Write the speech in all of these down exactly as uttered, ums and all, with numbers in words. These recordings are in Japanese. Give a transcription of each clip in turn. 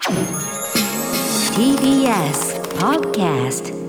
ティービーエス Podcast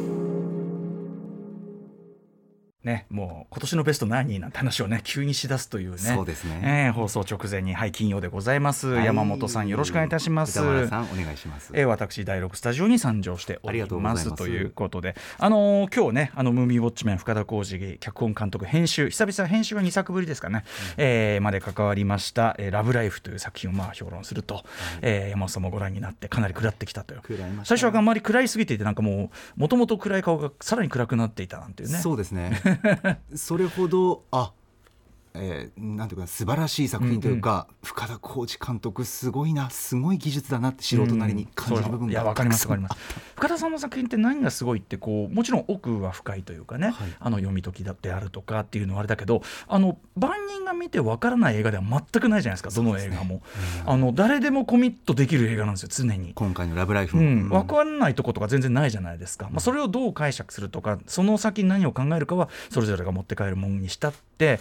ね、もう今年のベスト何なんて話をね急にしだすというね、 そうですね、 えー、放送直前に、はい、金曜でございます、はい、山本さんよろしくお願いいたします。 歌丸さんお願いします。 えー、私だいろくスタジオに参上しております、 ありがとうございますということで、あのー、今日ねあのムービーウォッチメン深田浩二脚本監督編集、久々編集がにさくぶりですかね、うん、えー、まで関わりました、えー、ラブライフという作品をまあ評論すると、はい、えー、山本さんもご覧になってかなり暗ってきたという、最初はあんまり暗いすぎていてなんかもうもともと暗い顔がさらに暗くなっていたなんていうね。 そうですねそれほどあ、えー、なんていうか素晴らしい作品というか、うんうん、深田浩二監督すごいな、すごい技術だなって素人なりに感じる部分が、 うん、いや分かります分かります深田さんの作品って何がすごいってこうもちろん奥は深いというかね、はい、あの読み解きだってあるとかっていうのはあれだけど、あの万人が見て分からない映画では全くないじゃないですか、どの映画も、ね、うん、あの誰でもコミットできる映画なんですよ常に。 今回のラブライフも、 うん、分からないとことか全然ないじゃないですか、まあ、それをどう解釈するとかその先に何を考えるかはそれぞれが持って帰るものにしたって、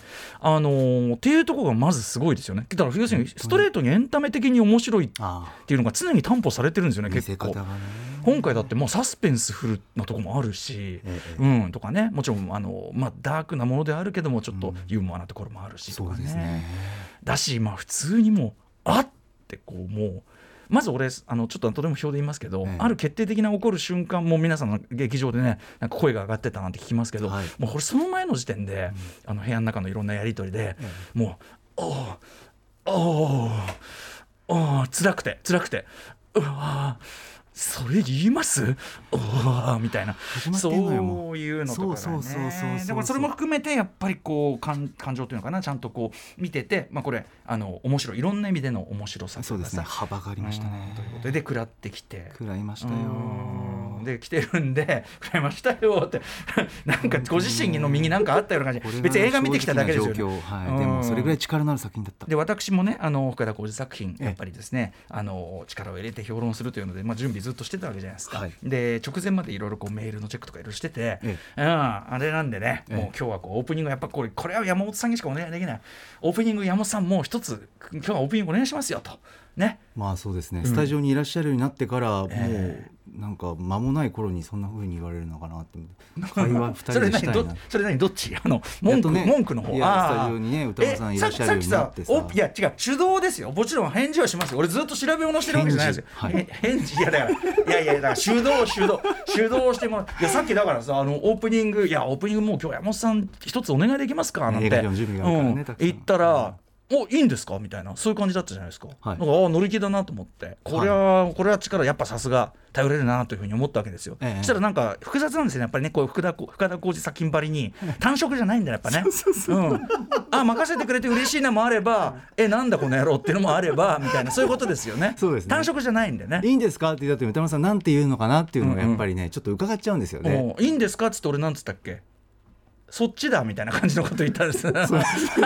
あのー、っていうところがまずすごいですよね。だから要するにストレートにエンタメ的に面白いっていうのが常に担保されてるんですよね。結構今回だってもうサスペンスフルなとこもあるし、ええ、うん、とかね、もちろんあの、まあ、ダークなものであるけどもちょっとユーモアなところもあるしとかね、うん、そうですね。だし、まあ、普通にもうあってこうもうまず俺あのちょっと後でも表で言いますけど、ええ、ある決定的な起こる瞬間も皆さんの劇場でねなんか声が上がってたなんて聞きますけど、はい、もうこれその前の時点で、うん、あの部屋の中のいろんなやり取りで、ええ、もうおーおーおー辛くて辛くてうわそれ言いますおーみたいな、そういうのとかがね、でもそれも含めてやっぱりこう 感, 感情というのかな、ちゃんとこう見てて、まあ、これあの面白い、いろんな意味での面白さとかさ、 そうですね、幅がありましたね。 ということで食らってきて食らいましたよで来てるんで食らいましたよってなんかご自身の身に何かあったような感じ、別に映画見てきただけですよね、 はい、でもそれぐらい力のある作品だった。 で私もねあの深田浩二作品やっぱりですね、あの力を入れて評論するというので、まあ、準備ずっとしてたわけじゃないですか、はい、で直前までいろいろメールのチェックとかいろいろしてて、ええ、うん、あれなんでね、ええ、もう今日はこうオープニングやっぱこれ、これは山本さんにしかお願いできないオープニング、山本さんもう一つ今日はオープニングお願いしますよとね。 まあそうですね、スタジオにいらっしゃるようになってから、もう、えー、なんか間もない頃にそんな風に言われるのかなって会話ふたりでしたいなそれ何 ど, それ何どっちあの文句、ね、文句の方、いやスタジオにね歌丸さんいらっしゃるようになってさ、さっきさいや違う手動ですよ、もちろん返事はしますよ、俺ずっと調べ物してるわけじゃないですよ、はい、返事いやだからいやいやだから手動手動手動してもいやさっきだからさあのオープニングいやオープニングもう今日山本さん一つお願いできますかなんて映画の準備があるからね、うん、言ったら、うんおいいんですかみたいな、そういう感じだったじゃないですか、はい、なんかあ乗り気だなと思って、これは、はい、これは力やっぱさすが頼れるなというふうに思ったわけですよ、ええ、そしたらなんか複雑なんですよね、やっぱりね、こう深田深田浩二作品ばりに単色じゃないんだよやっぱねそうそうそう、うん、あ任せてくれて嬉しいなもあればえなんだこの野郎っていうのもあればみたいな、そういうことですよねそうですね、単色じゃないんでね、 いいんですかって言ったって歌丸さんなんて言うのかなっていうのがやっぱりね、うんうん、ちょっと伺っちゃうんですよね。 いいんですかっつって俺なんつったっけ、そっちだみたいな感じのこと言ったんですそっち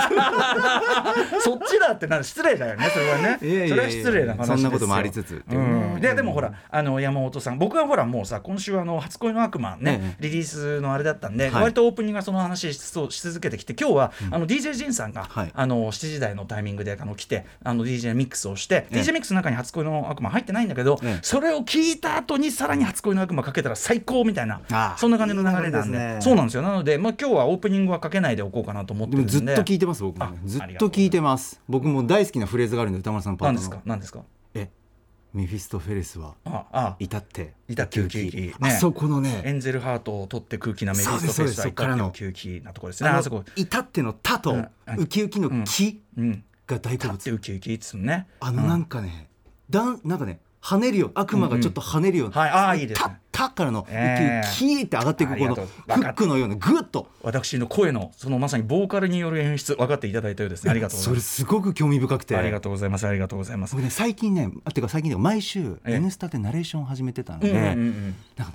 だってなんか失礼だよねそれはね、いやいやいやそれは失礼な話ですよ。 そんなこともありつつっていうね、 うん、で, でもほらあの山本さん、僕はほらもうさ今週あの初恋の悪魔ね、ええ、リリースのあれだったんで、はい、割とオープニングがその話 し, し続けてきて、今日は、うん、あの ディージェー ジンさんが、はい、あのしちじ台のタイミングであの来てあの ディージェー ミックスをして、ええ、ディージェー ミックスの中に初恋の悪魔入ってないんだけど、ええ、それを聞いた後にさらに初恋の悪魔かけたら最高みたいな、そんな感じの流れなんで、ね、そうなんですよ。なので、まあ、今日はオープニングはかけないでおこうかなと思ってるんで、 でもずっと聞いてます僕も、ね、ずっと聞いてます。僕も大好きなフレーズがあるんで歌丸さんパートの。 何ですか何ですか。 えメフィストフェレスは至って至ってウキウキ、ね、 あそこのねエンゼルハートを取って空気なメフィストフェレスは至ってウキウキなところですね。 あそこ至っての他とウキウキのキが大好物、 至ってウキウキっつうね、 あのなんかね、うん、だんなんかね跳ねるよ、悪魔がちょっと跳ねるような、 うんうん、はい、あいいですね、 タッからのキーって上がっていくこのフックのようなグッと私の声のそのまさにボーカルによる演出分かっていただいたようですね。ありがとうございます。 それすごく興味深くてありがとうございますありがとうございます。 僕ね最近ねあてか最近で毎週 N スタでナレーションを始めてたので、うんうんうん、なんかね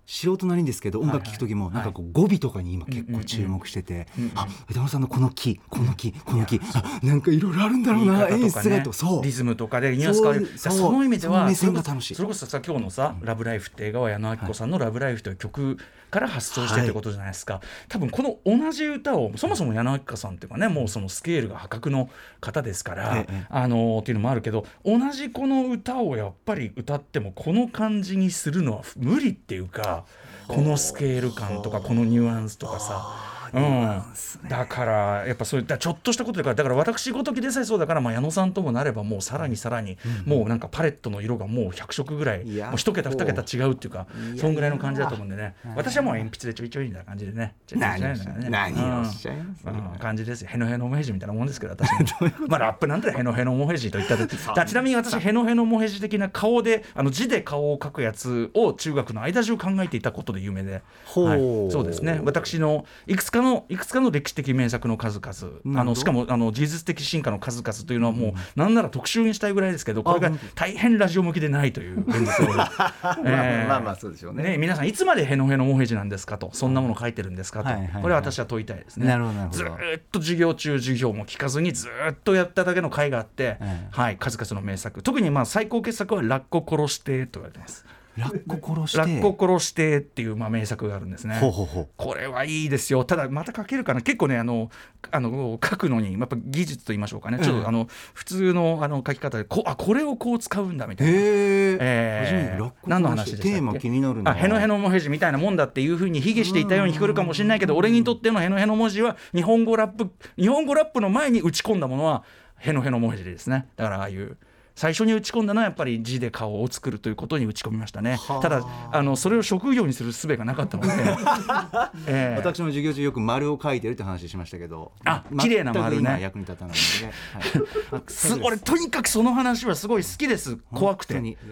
素人なりんですけど音楽聴く時もなんかこう語尾とかに今結構注目してて、あ、歌丸さんのこのキーこのキーこのキー、あ、なんかいろいろあるんだろうな、演出がと、そうリズムとかでニュアンス変わる。その意味では目線が楽しい。 それこそさ今日のさ、ラブライフって映画は矢野顕子さんのラブライフという曲から発想してということじゃないですか、はい、多分この同じ歌をそもそも矢野顕子さんっていうかね、もうそのスケールが破格の方ですから、ええ、あのー、っていうのもあるけど、同じこの歌をやっぱり歌ってもこの感じにするのは無理っていうか、このスケール感とかこのニュアンスとかさ、うん、だからやっぱそういったちょっとしたことだから、だから私ごときでさえそうだから、まあ、矢野さんともなればもうさらにさらに、うん、もうなんかパレットの色がもうひゃくしょくぐらい、もう一桁二桁違うっていうか、そんぐらいの感じだと思うんでね、私はもう鉛筆でちょいちょいみたいな感じでね、 何をおっしゃいます、 うんうん、感じですよ。ヘノヘノモヘジみたいなもんですけど、私まあラップなんてヘノヘノモヘジと言ったらちなみに私ヘノヘノモヘジ的な顔であの字で顔を描くやつを中学の間中考えていたことで有名で、はい、そうですね、私のいくつかのいくつかの歴史的名作の数々、あのしかもあの技術的進化の数々というのはもう、うん、なんなら特集にしたいぐらいですけど、これが大変ラジオ向きでないという現実を、 えー、まあまあそうでしょう ね, ね皆さんいつまでヘノヘノモヘジなんですかと、そんなもの書いてるんですかと、はいはいはい、これは私は問いたいですね。 なるほどなるほど。 ずっと授業中授業も聞かずにずっとやっただけの回があって、はいはい、数々の名作、特にまあ最高傑作はラッコ殺してと言われてます。 ラッコ殺してラッコ殺してっていうまあ名作があるんですね。 ほうほうほう。 これはいいですよ。ただまた書けるかな、結構ね、あのあの書くのにやっぱ技術と言いましょうかね、ちょっとあの普通のあの書き方でこあこれをこう使うんだみたいな、 へえー、何の話でしたっけ。 テーマ気になるな。 あヘノヘノモヘジみたいなもんだっていうふうに卑下していたように聞こえるかもしれないけど、俺にとってのヘノヘノ文字は日本語ラップ日本語ラップの前に打ち込んだものはヘノヘノモヘジですね。だからああいう最初に打ち込んだのはやっぱり字で顔を作るということに打ち込みましたね。ただあのそれを職業にする術がなかったので、 えー、私の授業中よく丸を書いてるって話しましたけど、 あ綺麗な丸ね、 役に立たないので、ね、 はい、俺とにかくその話はすごい好きです。怖くて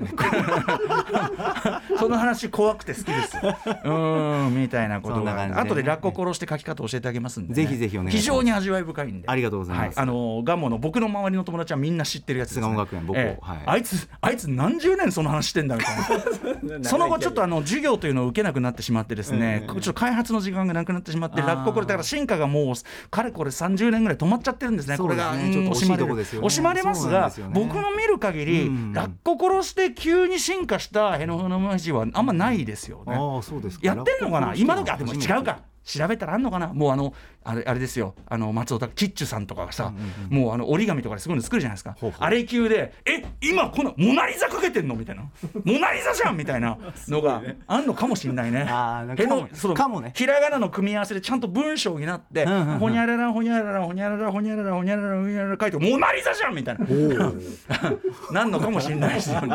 その話怖くて好きですうんみたいなことが後でラッコ殺して書き方教えてあげますんで、ね、 ぜひぜひお願いします。 非常に味わい深いんでありがとうございます、 はい、あのガモの僕の周りの友達はみんな知ってるやつですね。 巣鴨学園僕えーはい、あいつあいつ何十年その話してんだみたいなその後ちょっとあの授業というのを受けなくなってしまってですね、うんうん、ちょっと開発の時間がなくなってしまって、ラッコこれだから進化がもうかれこれさんじゅうねんぐらい止まっちゃってるんですね。これが、ね、ちょっと惜しまれる惜しまれますが、ね、僕の見る限り、うん、ラッコ殺して急に進化したヘノヘノモヘジはあんまないですよね。 あそうですか。 やってんのかな今時。あでも違うか、調べたらあんのかな。もうあのあれ、あれですよ、あの松尾キッチュさんとかがさ、うんうんうん、もうあの折り紙とかですごいの作るじゃないですか。ほうほうあれ級でえ今このモナリザかけてんのみたいなモナリザじゃんみたいなのがあんのかもしんないね。 あへのそのかもね。 ひらがなの組み合わせでちゃんと文章になって、うんうんうん、ほにゃららほにゃららほにゃららほにゃららほにゃららほにゃらら書いてモナリザじゃんみたいななんのかもしんないですよね。う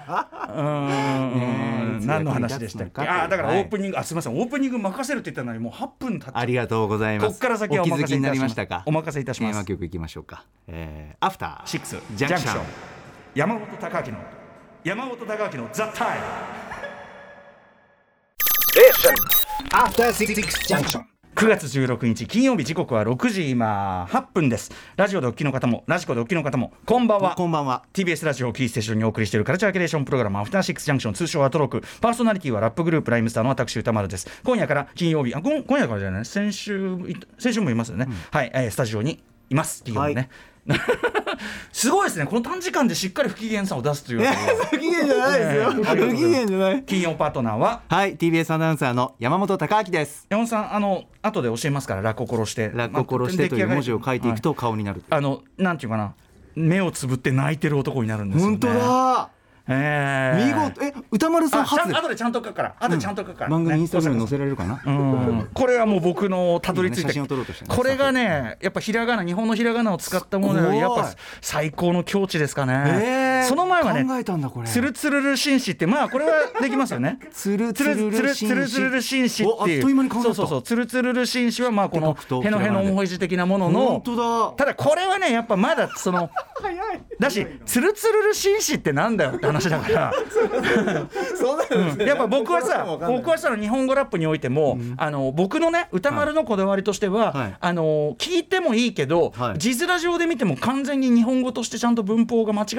ーん何の話でしたっけ。あだからオープニング、はい、あすみませんオープニング任せるって言ったのにもうはっぷん経っちゃった。 ありがとうございます。 こっから先はお任せいたします。お任せいたします。 テーマ曲いきましょうか。えー、アフターシックスジャンクション山本貴明の山本貴明のザ・タイム。アフターシックスジャンクションくがつじゅうろくにち金曜日、時刻はろくじ今はっぷんです。ラジオでお聞きの方もラジコでお聞きの方もこんばんは。 こんばんは。 ティービーエス ラジオキーステーションにお送りしているカルチャーキュレーションプログラムアフターシックスジャンクション、通称アトロク。パーソナリティはラップグループライムスターの私歌丸です。今夜から金曜日、あ今今夜からじゃない先週先週もいますよね、うん、はい、えー、スタジオにいます金曜日ね、はいすごいですね、この短時間でしっかり不機嫌さを出すという不機嫌じゃないですよ、不機嫌じゃない。 金曜パートナーははい ティービーエス アナウンサーの山本貴明です。 山本さん、あの後で教えますから、ラッコ殺してラッコ殺してという文字を書いていくと顔になる、 はい、あのなんていうかな、目をつぶって泣いてる男になるんですよね。 本当だ、 えー、 見事。え歌丸さん初であとでちゃんと書くからあとでちゃんと書くから、 うん、番組インスタグラムに載せられるかな、 うん、これはもう僕のたどり着いた、 いいね、写真を撮ろうとして、ね、 これがねやっぱひらがな日本のひらがなを使ったものでやっぱ最高の境地ですかね、えー、その前はね考えたんだこれ。 つるつるる紳士ってまあこれはできますよねつるつるる紳士、 つるつるる紳士っていう、 あっという間に考えた。 そうそうそう、つるつるる紳士はまあこのヘノヘノモヘジ的なものの、 本当だ。 ただこれはねやっぱまだそのだしつるつるる紳士ってなんだよって話だからそうなんですね、 やっぱ僕はさ僕はさ日本語ラップにおいても、うん、あの僕のね歌丸のこだわりとしては、はい、あの聞いてもいいけど、はい、字面上で見ても完全に日本語としてちゃんと文法が間違ってないと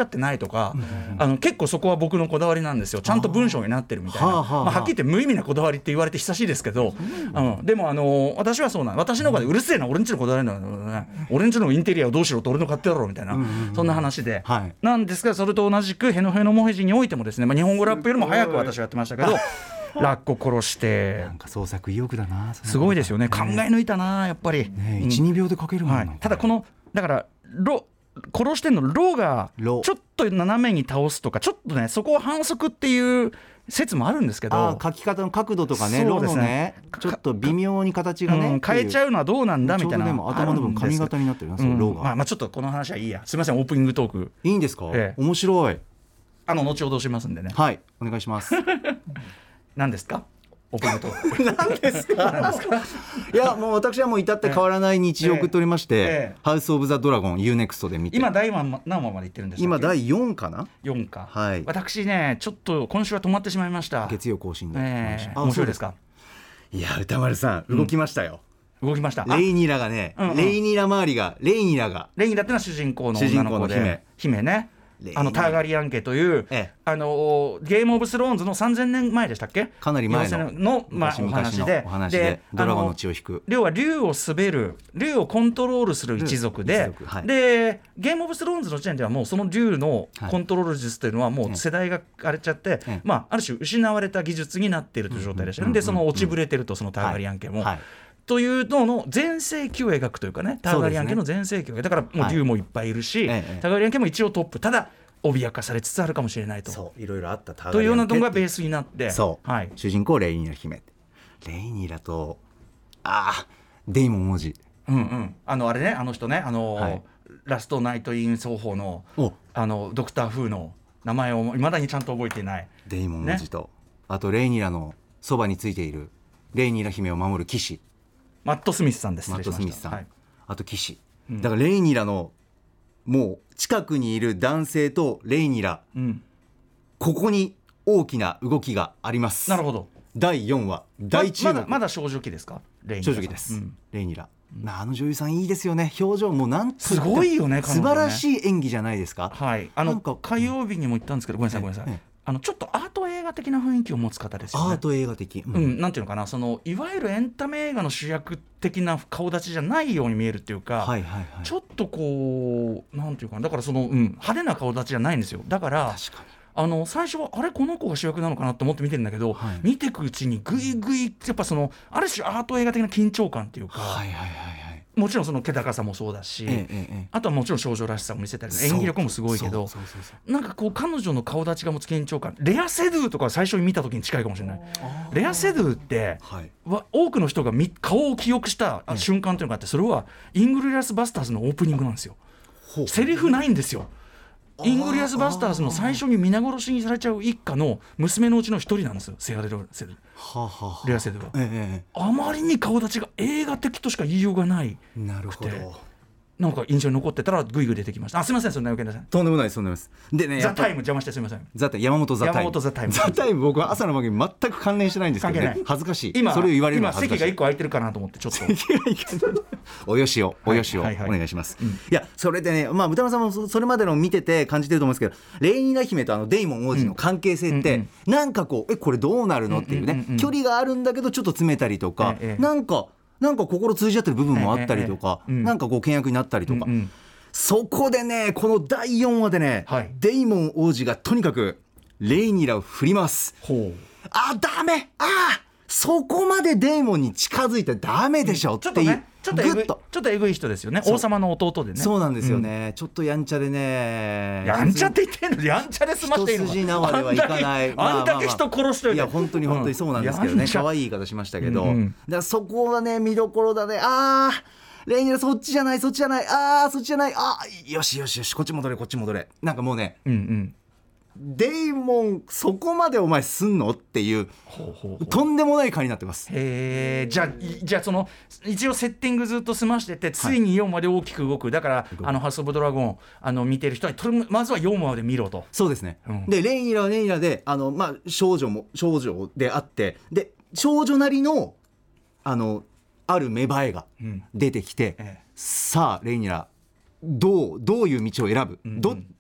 とか、うん、あの結構そこは僕のこだわりなんですよ。ちゃんと文章になってるみたいな、はあはあまあ、はっきり言って無意味なこだわりって言われて久しいですけど、うん、でもあの私はそうなの。私の方がうるせえな、俺んちのこだわりなんだからね、俺んちのインテリアをどうしろと俺の買ってやろうみたいな、うんうんうん、そんな話で、はい、なんですがそれと同じくへのへのもへじにおいてもですね、まあ、日本語ラップよりも早く私はやってましたけどラッコ殺してなんか創作意欲だな、 すごいですよね、考え抜いたなやっぱり、 ね、いちにびょうで書けるもんな、はい、 ただこのだからロ殺してんのロがちょっと斜めに倒すとかちょっとねそこは反則っていう説もあるんですけど、 あ書き方の角度とかね、ロのねちょっと微妙に形がね、 うん、変えちゃうのはどうなんだみたいな、 でも頭の部分髪型になってるな、うん、ロが、 まあ、まあちょっとこの話はいいや、すみませんオープニングトークいいんですか、ええ、面白い、 あの後ほどしますんでね、 はいお願いします何ですかオープニングトーク何ですか何ですかいやもう私はもう至って変わらない日常を送っておりまして、ええええ、ハウスオブザドラゴン ユーネクスト で見て今第何話までいってるんですか。 今だいよんかな、 よんか、 はい、 私ねちょっと今週は止まってしまいました。 月曜更新で、 えー、面白いですか。 いや歌丸さん動きましたよ、 うん、動きました。 レイニラがね、うんうん、レイニラ周りがレイニラがレイニラってのは主人公の女の子で、主人公の姫姫ね、あのターガリアン家という、ええ、あのゲームオブスローンズのさんぜんねんまえでしたっけ、かなり前のの、まあ、お話で、 お話ででドラゴンの血を引く、 要は竜を滑る竜をコントロールする一族で、一族、はい、でゲームオブスローンズの時点ではもうその竜のコントロール術というのはもう世代が荒れちゃって、はい、まあ、ある種失われた技術になっているという状態でした、うんうん、でその落ちぶれてるとそのターガリアン家も、はいはい、というのの全盛期を描くというかね、ターガリアン家の全盛期を、ね、だからもう竜もいっぱいいるし、はい、ターガリアン家も一応トップ、ただ脅かされつつあるかもしれないと、 そういろいろあったターガというようなのがベースになって、 そう、はい、主人公レイニラ姫、レイニラとあデイモン王子、 うんうん、あのあれね、あの人ね、あの、はい、ラストナイト・イン奏法のあのドクター・フーの名前をいまだにちゃんと覚えていないデイモン王子と、ね、あとレイニラのそばについているレイニラ姫を守る騎士マット・スミスさんです。 マット・スミスさん、はい、あと騎士、うん、だからレイニラのもう近くにいる男性とレイニラ、うん、ここに大きな動きがあります。 なるほど。 だいよんわ大注目、 まだまだ少女期ですか。レイニラ少女期です、うん、レイニラ、うん、あの女優さんいいですよね、表情もなんとすごいよね、 素晴らしい演技じゃないですか。 はい、あの火曜日にも言ったんですけど、ごめんなさいごめんなさい、ええ、あのちょっとアート映画的な雰囲気を持つ方ですよね。 アート映画的、 うんうん、なんていうのかな、そのいわゆるエンタメ映画の主役的な顔立ちじゃないように見えるっていうか、はいはいはい、ちょっとこうなんていうかな、だからその、うん、派手な顔立ちじゃないんですよ。だから確かにあの最初はあれこの子が主役なのかなと思って見てるんだけど、はい、見ていくうちにぐいぐいやっぱそのある種アート映画的な緊張感っていうか、はいはいはいはい、もちろんその気高さもそうだし、ええええ、あとはもちろん少女らしさを見せたり演技力もすごいけど、なんかこう彼女の顔立ちが持つ緊張感、レアセドゥとか最初に見た時に近いかもしれない。レアセドゥって、はい、多くの人が顔を記憶した瞬間というのがあって、それはイングリアスバスターズのオープニングなんですよ。セリフないんですよ。イングリアスバスターズの最初に皆殺しにされちゃう一家の娘のうちの一人なんですよ、セアレセドゥ、はあはあ、レアセドゥは、ええ、あまりに顔立ちが映画的としか言いようがないくて、 なるほど、 なんか印象に残ってたらグイグイ出てきました。あ、すみません、そんなわけでとんでもないです、とんでもないです。でね、 ザタイム邪魔してすみません。 ザタイム山本ザタイム山本ザタイムザタイム僕は朝の番組全く関連してないんですけどね、恥ずかしい。 今それを言われるのは恥ずかしい。 今席がいっこ空いてるかなと思ってちょっとおよしをおよしをお願いします、はいはいはい、うん、いやそれでね、まあ歌丸さんもそれまでの見てて感じてると思うんですけど、レイニラ姫とあのデイモン王子の関係性って、うんうん、なんかこうえこれどうなるのっていうね、うんうんうんうん、距離があるんだけどちょっと詰めたりとか、ええ、なんかなんか心通じ合ってる部分もあったりとか、ええええ、なんかこう倹約になったりとか、うんうん、そこでねこのだいよんわでね、はい、デイモン王子がとにかくレイニラを振ります。ほう、あダメ、あそこまでデイモンに近づいてダメでしょっていう、ちょっとねちょっとえぐい、ちょっとえぐい人ですよね、王様の弟でね。 そうなんですよね、うん、ちょっとやんちゃでね、 やんちゃって言ってんの、やんちゃで済ましていいの一筋縄ではいかない、 あんだけ人殺しといて、 いや本当に本当にそうなんですけどね、可愛い言い方しましたけど、うんうん、だからそこはね見どころだね。あーレイニラそっちじゃないそっちじゃない、あーそっちじゃない、あーよしよしよしこっち戻れこっち戻れ、なんかもうね、うんうん、デイモンそこまでお前すんのっていうほうほうほうとんでもない回になってます。 へー、じゃあじゃあその一応セッティングずっと済ましてて、ついによんわで大きく動く、だから、はい、あのハウス・オブ・ドラゴンあの見てる人はまずはよんわで見ろと。 そうですね、うん、でレイニラはレイニラであの、まあ、少女も少女であって、で少女なりのあのある芽生えが出てきて、うん、ええ、さあレイニラどう、どういう道を選ぶ、うんうん、どっ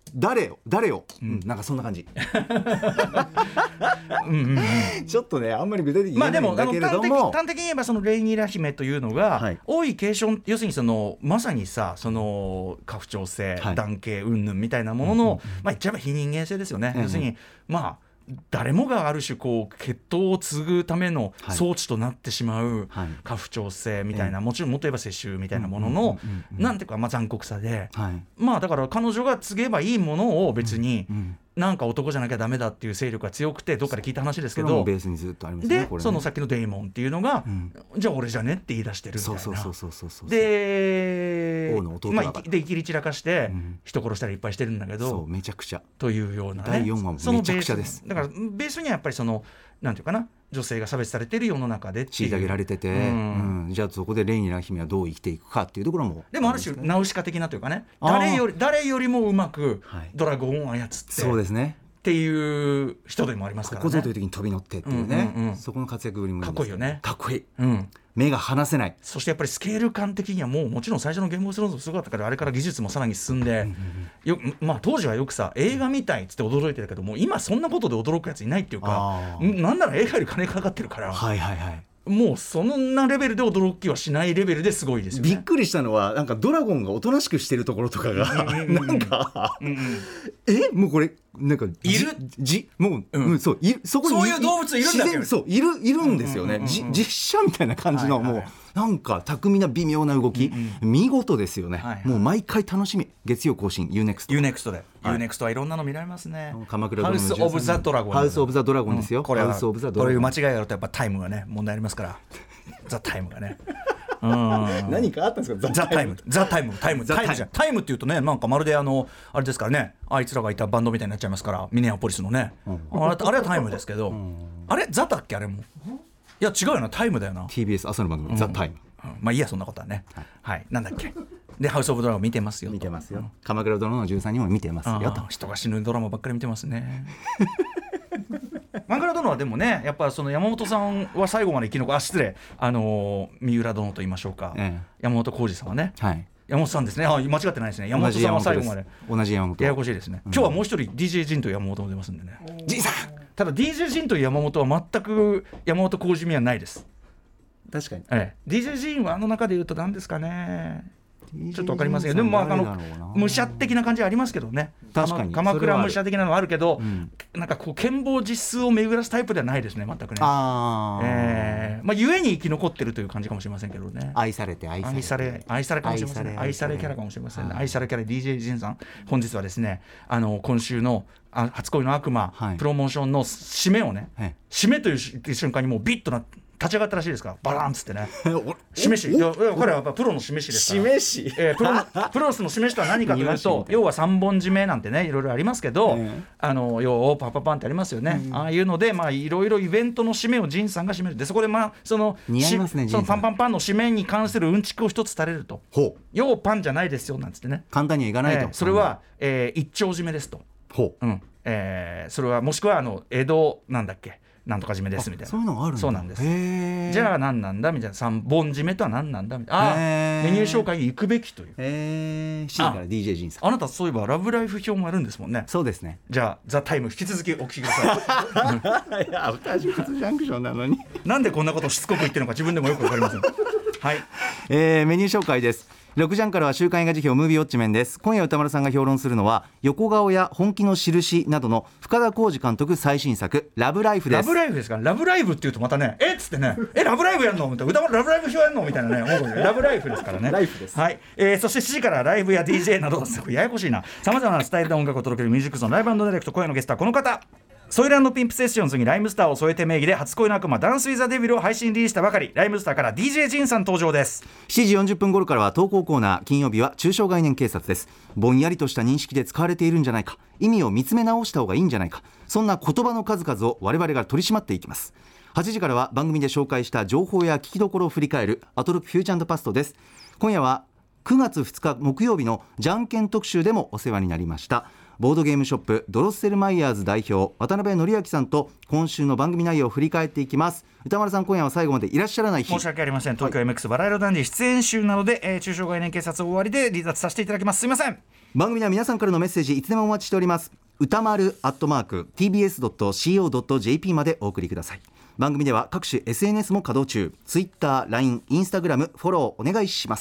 誰を誰を、うん、なんかそんな感じうんうん、うん、ちょっとねあんまり具体的に言えないんだけれども、まあ、でも端的に言えばそのレイニラ姫というのが、はい、王位継承、要するにそのまさにさその家父長制、はい、男系云々みたいなものの、うんうんうん、まあ、言っちゃえば非人間性ですよね、うんうん、要するにまあ誰もがある種こう血統を継ぐための装置となってしまう家父長制みたいな、はい、もちろんもっと言えば世襲みたいなもののなんていうかまあ残酷さで、はい、まあだから彼女が継げばいいものを別に、うんうん、なんか男じゃなきゃダメだっていう勢力が強くてどっかで聞いた話ですけど、 ベースにずっとありますね、 でこれね、そのさっきのデイモンっていうのが、うん、じゃあ俺じゃねって言い出してるみたいな、で王の弟が、まあ、でいきり散らかして、うん、人殺したりいっぱいしてるんだけど、 そうめちゃくちゃというような、ね、 だいよんわもめちゃくちゃです。 だからベースにはやっぱりそのなんていうかな、女性が差別されている世の中で虐げられてて、うんうん、じゃあそこでレイニラ姫はどう生きていくかっていうところも、 でもある種ナウシカ的なというかね、誰より誰よりもうまくドラゴンを操って、はい、 そうですねっていう人でもありますからね。 ここぞという時に飛び乗ってっていうね、うんうんうん、そこの活躍ぶりもいいです、かっこいいよね。かっこいい、うん、目が離せない。 そしてやっぱりスケール感的にはもうもちろん最初のゲームオブスローンズもすごかったから、あれから技術もさらに進んで、うんうんうん、よまあ、当時はよくさ映画みたいっつって驚いてるけども、今そんなことで驚くやついないっていうか、なんなら映画より金かかってるから、 はいはいはい、 もうそんなレベルで驚きはしないレベルですごいですよね。 びっくりしたのはなんかドラゴンがおとなしくしてるところとかが、うんうん、なんか、うんうん、えもうこれなんかいるじもう、うんうん、そういそこにそういう動物いるんだけど、 そういるいるんですよね、うんうんうんうん、実写みたいな感じの、はいはい、もうなんか巧みな微妙な動き、うんうん、見事ですよね、はいはい、もう毎回楽しみ。月曜更新 ユーネクストユーネクスト で、はい、ユーネクストはいろんなの見られますね。 鎌倉ハウスオブザドラゴン、 ハウスオブザドラゴンですよ、うん、 これはこれ間違いがあるとやっぱタイムがね問題ありますからザタイムがねうん、 何かあったんですかザタイムザタイムタイムタイムじゃタイムっていうとね、なんかまるであのあれですからね、あいつらがいたバンドみたいになっちゃいますから、ミネアポリスのね、うん、あ, れあれはタイムですけど、うん、あれザだっけあれも、いや違うよな、タイムだよな。 ティービーエス 朝の番組、うん、ザタイム、 うん、まあいいやそんなことはね、はい、はい、なんだっけでハウスオブドラゴン見てますよ見てますよ、うん、鎌倉殿のじゅうさんにも見てますよと。 人が死ぬドラマばっかり見てますね鎌倉殿はでもね、やっぱその山本さんは最後まで生き残る、あ失礼あのー、三浦殿と言いましょうか、ええ、山本浩二さんはね、はい、山本さんですね、あ間違ってないですね、山本さんは最後まで同じ山本、 ややこしいですね、うん、今日はもう一人 ディージェー ジンと山本も出ますんでね。 ジンさん、 ただ ディージェー ジンと山本は全く山本浩二味はないです。 確かに、 ええ、ディージェー ジンはあの中で言うと何ですかね、ちょっと分かりませんけど、でも、まあ、あの武者的な感じはありますけどね。確かに鎌倉武者的なのはあるけど、うん、なんかこう剣謀実数を巡らすタイプではないですね全くね。あ、えーまあ、ゆえに生き残ってるという感じかもしれませんけどね。 愛されて愛されて愛され愛されかもしれませんね。愛されキャラかもしれませんね。愛されキャラ ディージェー ジンさん、本日はですね、あの今週のあ初恋の悪魔、はい、プロモーションの締めをね、はい、締めという瞬間にもうビッとなって立ち上がったらしいですから、バランつってね示し、いや彼はやっぱプロの示しですから、 示し、 えー、プロのプロの示しとは何かというと要は三本締めなんてねいろいろありますけど、うん、あの要パパパンってありますよね、うん、ああいうのでまあいろいろイベントの締めをジンさんが締めるで、そこでまあその似合いますね、 そのパンパンパンの締めに関するうんちくを一つ垂れると、ほう要パンじゃないですよなんつってね、 簡単にはいかないと、 えー、それは、えー、一丁締めですと、ほう、うんえー、それはもしくはあの江戸なんだっけなんとか締めですみたいな、 そういうのがあるんだ。 そうなんです。じゃあ何なんだみたいな、三本締めとは何なんだみたいな、あメニュー紹介に行くべきという、 えー、シーから ディージェー ジンさん、 あなたそういえばラブライフ表もあるんですもんね。 そうですね。 じゃあザタイム引き続きお聞きくださいいやアフターシックスジャンクションなのになんでこんなことをしつこく言ってるのか自分でもよく分かりませんはい、 えー、メニュー紹介です。ろくじからは週刊映画辞表ムービーウォッチメンです。今夜歌丸さんが評論するのは横顔や本気の印などの深田浩二監督最新作ラブライフです。 ラブライフですか。ラブライフっていうとまたねえっつってねえラブライフやんのみたいな、歌丸ラブライフ表やんのみたいなねラブライフですからね。 ライフです、 はい、えー、そしてしちじからライブや ディージェー などややこしいなさまざまなスタイルで音楽を届けるミュージックゾーンライブ&ダイレクト。今夜のゲストはこの方、ソイル&ピンプセッションズにライムスターを添えて名義で初恋の悪魔ダンスウィザデビルを配信リリースしたばかり、ライムスターから ディージェー ジンさん登場です。 しちじよんじゅっぷん頃からは投稿コーナー、金曜日は中小概念警察です。ぼんやりとした認識で使われているんじゃないか、意味を見つめ直した方がいいんじゃないか、そんな言葉の数々を我々が取り締まっていきます。はちじからは番組で紹介した情報や聞きどころを振り返るアトロックフューチャー&パストです。今夜はくがつふつか木曜日のじゃんけん特集でもお世話になりましたボードゲームショップドロッセルマイヤーズ代表渡辺則明さんと今週の番組内容を振り返っていきます。歌丸さん、今夜は最後までいらっしゃらない日。 申し訳ありません。東京 エムエックス バラ色ダンディ出演集なので、えー、中小概念警察終わりで離脱させていただきます。すいません。 番組では皆さんからのメッセージいつでもお待ちしております。歌丸アットマーク ティービーエスドットシーオードットジェーピー までお送りください。番組では各種 エスエヌエス も稼働中。 Twitter、ライン、インスタグラムフォローお願いします。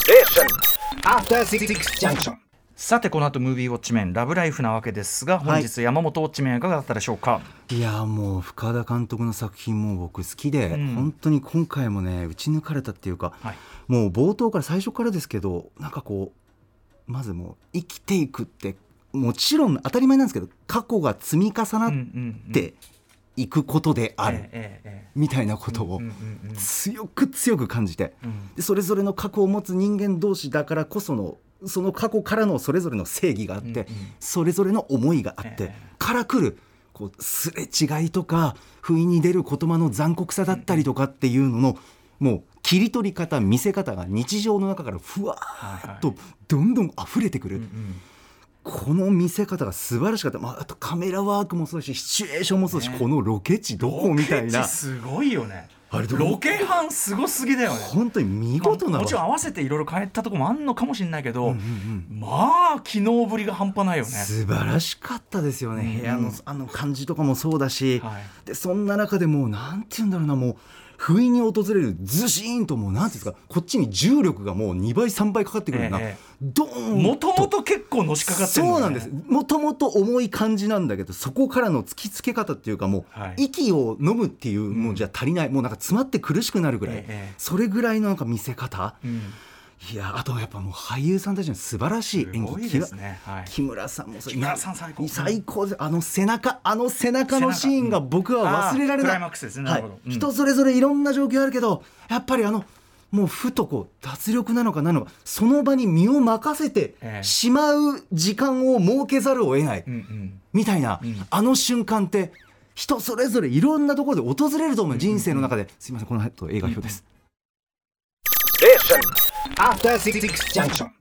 さてこの後ムービーウォッチメンラブライフなわけですが、本日山本ウォッチメンいかがだったでしょうか。 いやもう深田監督の作品も僕好きで、うん、本当に今回もね打ち抜かれたっていうか、はい、もう冒頭から最初からですけど、なんかこうまずもう生きていくってもちろん当たり前なんですけど、過去が積み重なっていくことであるみたいなことを強く強く感じて、でそれぞれの過去を持つ人間同士だからこそのその過去からのそれぞれの正義があって、うんうん、それぞれの思いがあって、ええ、から来るこうすれ違いとか不意に出る言葉の残酷さだったりとかっていうのの、うんうん、もう切り取り方見せ方が日常の中からふわーっとどんどん溢れてくる、はいはい、この見せ方が素晴らしかった、まあ、あとカメラワークもそうだしシチュエーションもそうだし、ね、このロケ地どこみたいな、 ロケ地すごいよね。あれロケハンすごすぎだよね。 本当に見事な。 もちろん合わせていろいろ変えたところもあるのかもしれないけど、うんうんうん、まあ機能ぶりが半端ないよね。 素晴らしかったですよね、うんうん、部屋のあの感じとかもそうだし、はい、でそんな中でもうなんていうんだろうな、もう不意に訪れるズシーンともうなんていうんですか、こっちに重力がもうにばいさんばいかかってくるような、ええ、ドーンもともと結構のしかかってるの、ね、 そうなんです。もともと重い感じなんだけど、そこからの突きつけ方っていうか、もう、はい、息を飲むっていうもうじゃ足りない、うん、もうなんか詰まって苦しくなるぐらい、ええ、それぐらいのなんか見せ方、うん、いやあとやっぱもう俳優さんたちの素晴らしい演技。 すごいですね、はい、 木村さんも木村さん最高、 最高で、あの背中あの背中のシーンが僕は忘れられない。 クライマックスですね、なるほど、 うん、人それぞれいろんな状況あるけど、やっぱりあのもうふとこう脱力なのかなのか、その場に身を任せてしまう時間を設けざるを得ない、ええ、みたいな、うん、あの瞬間って人それぞれいろんなところで訪れると思う、人生の中で、うんうん、すいませんこの後映画表です。After Six Junction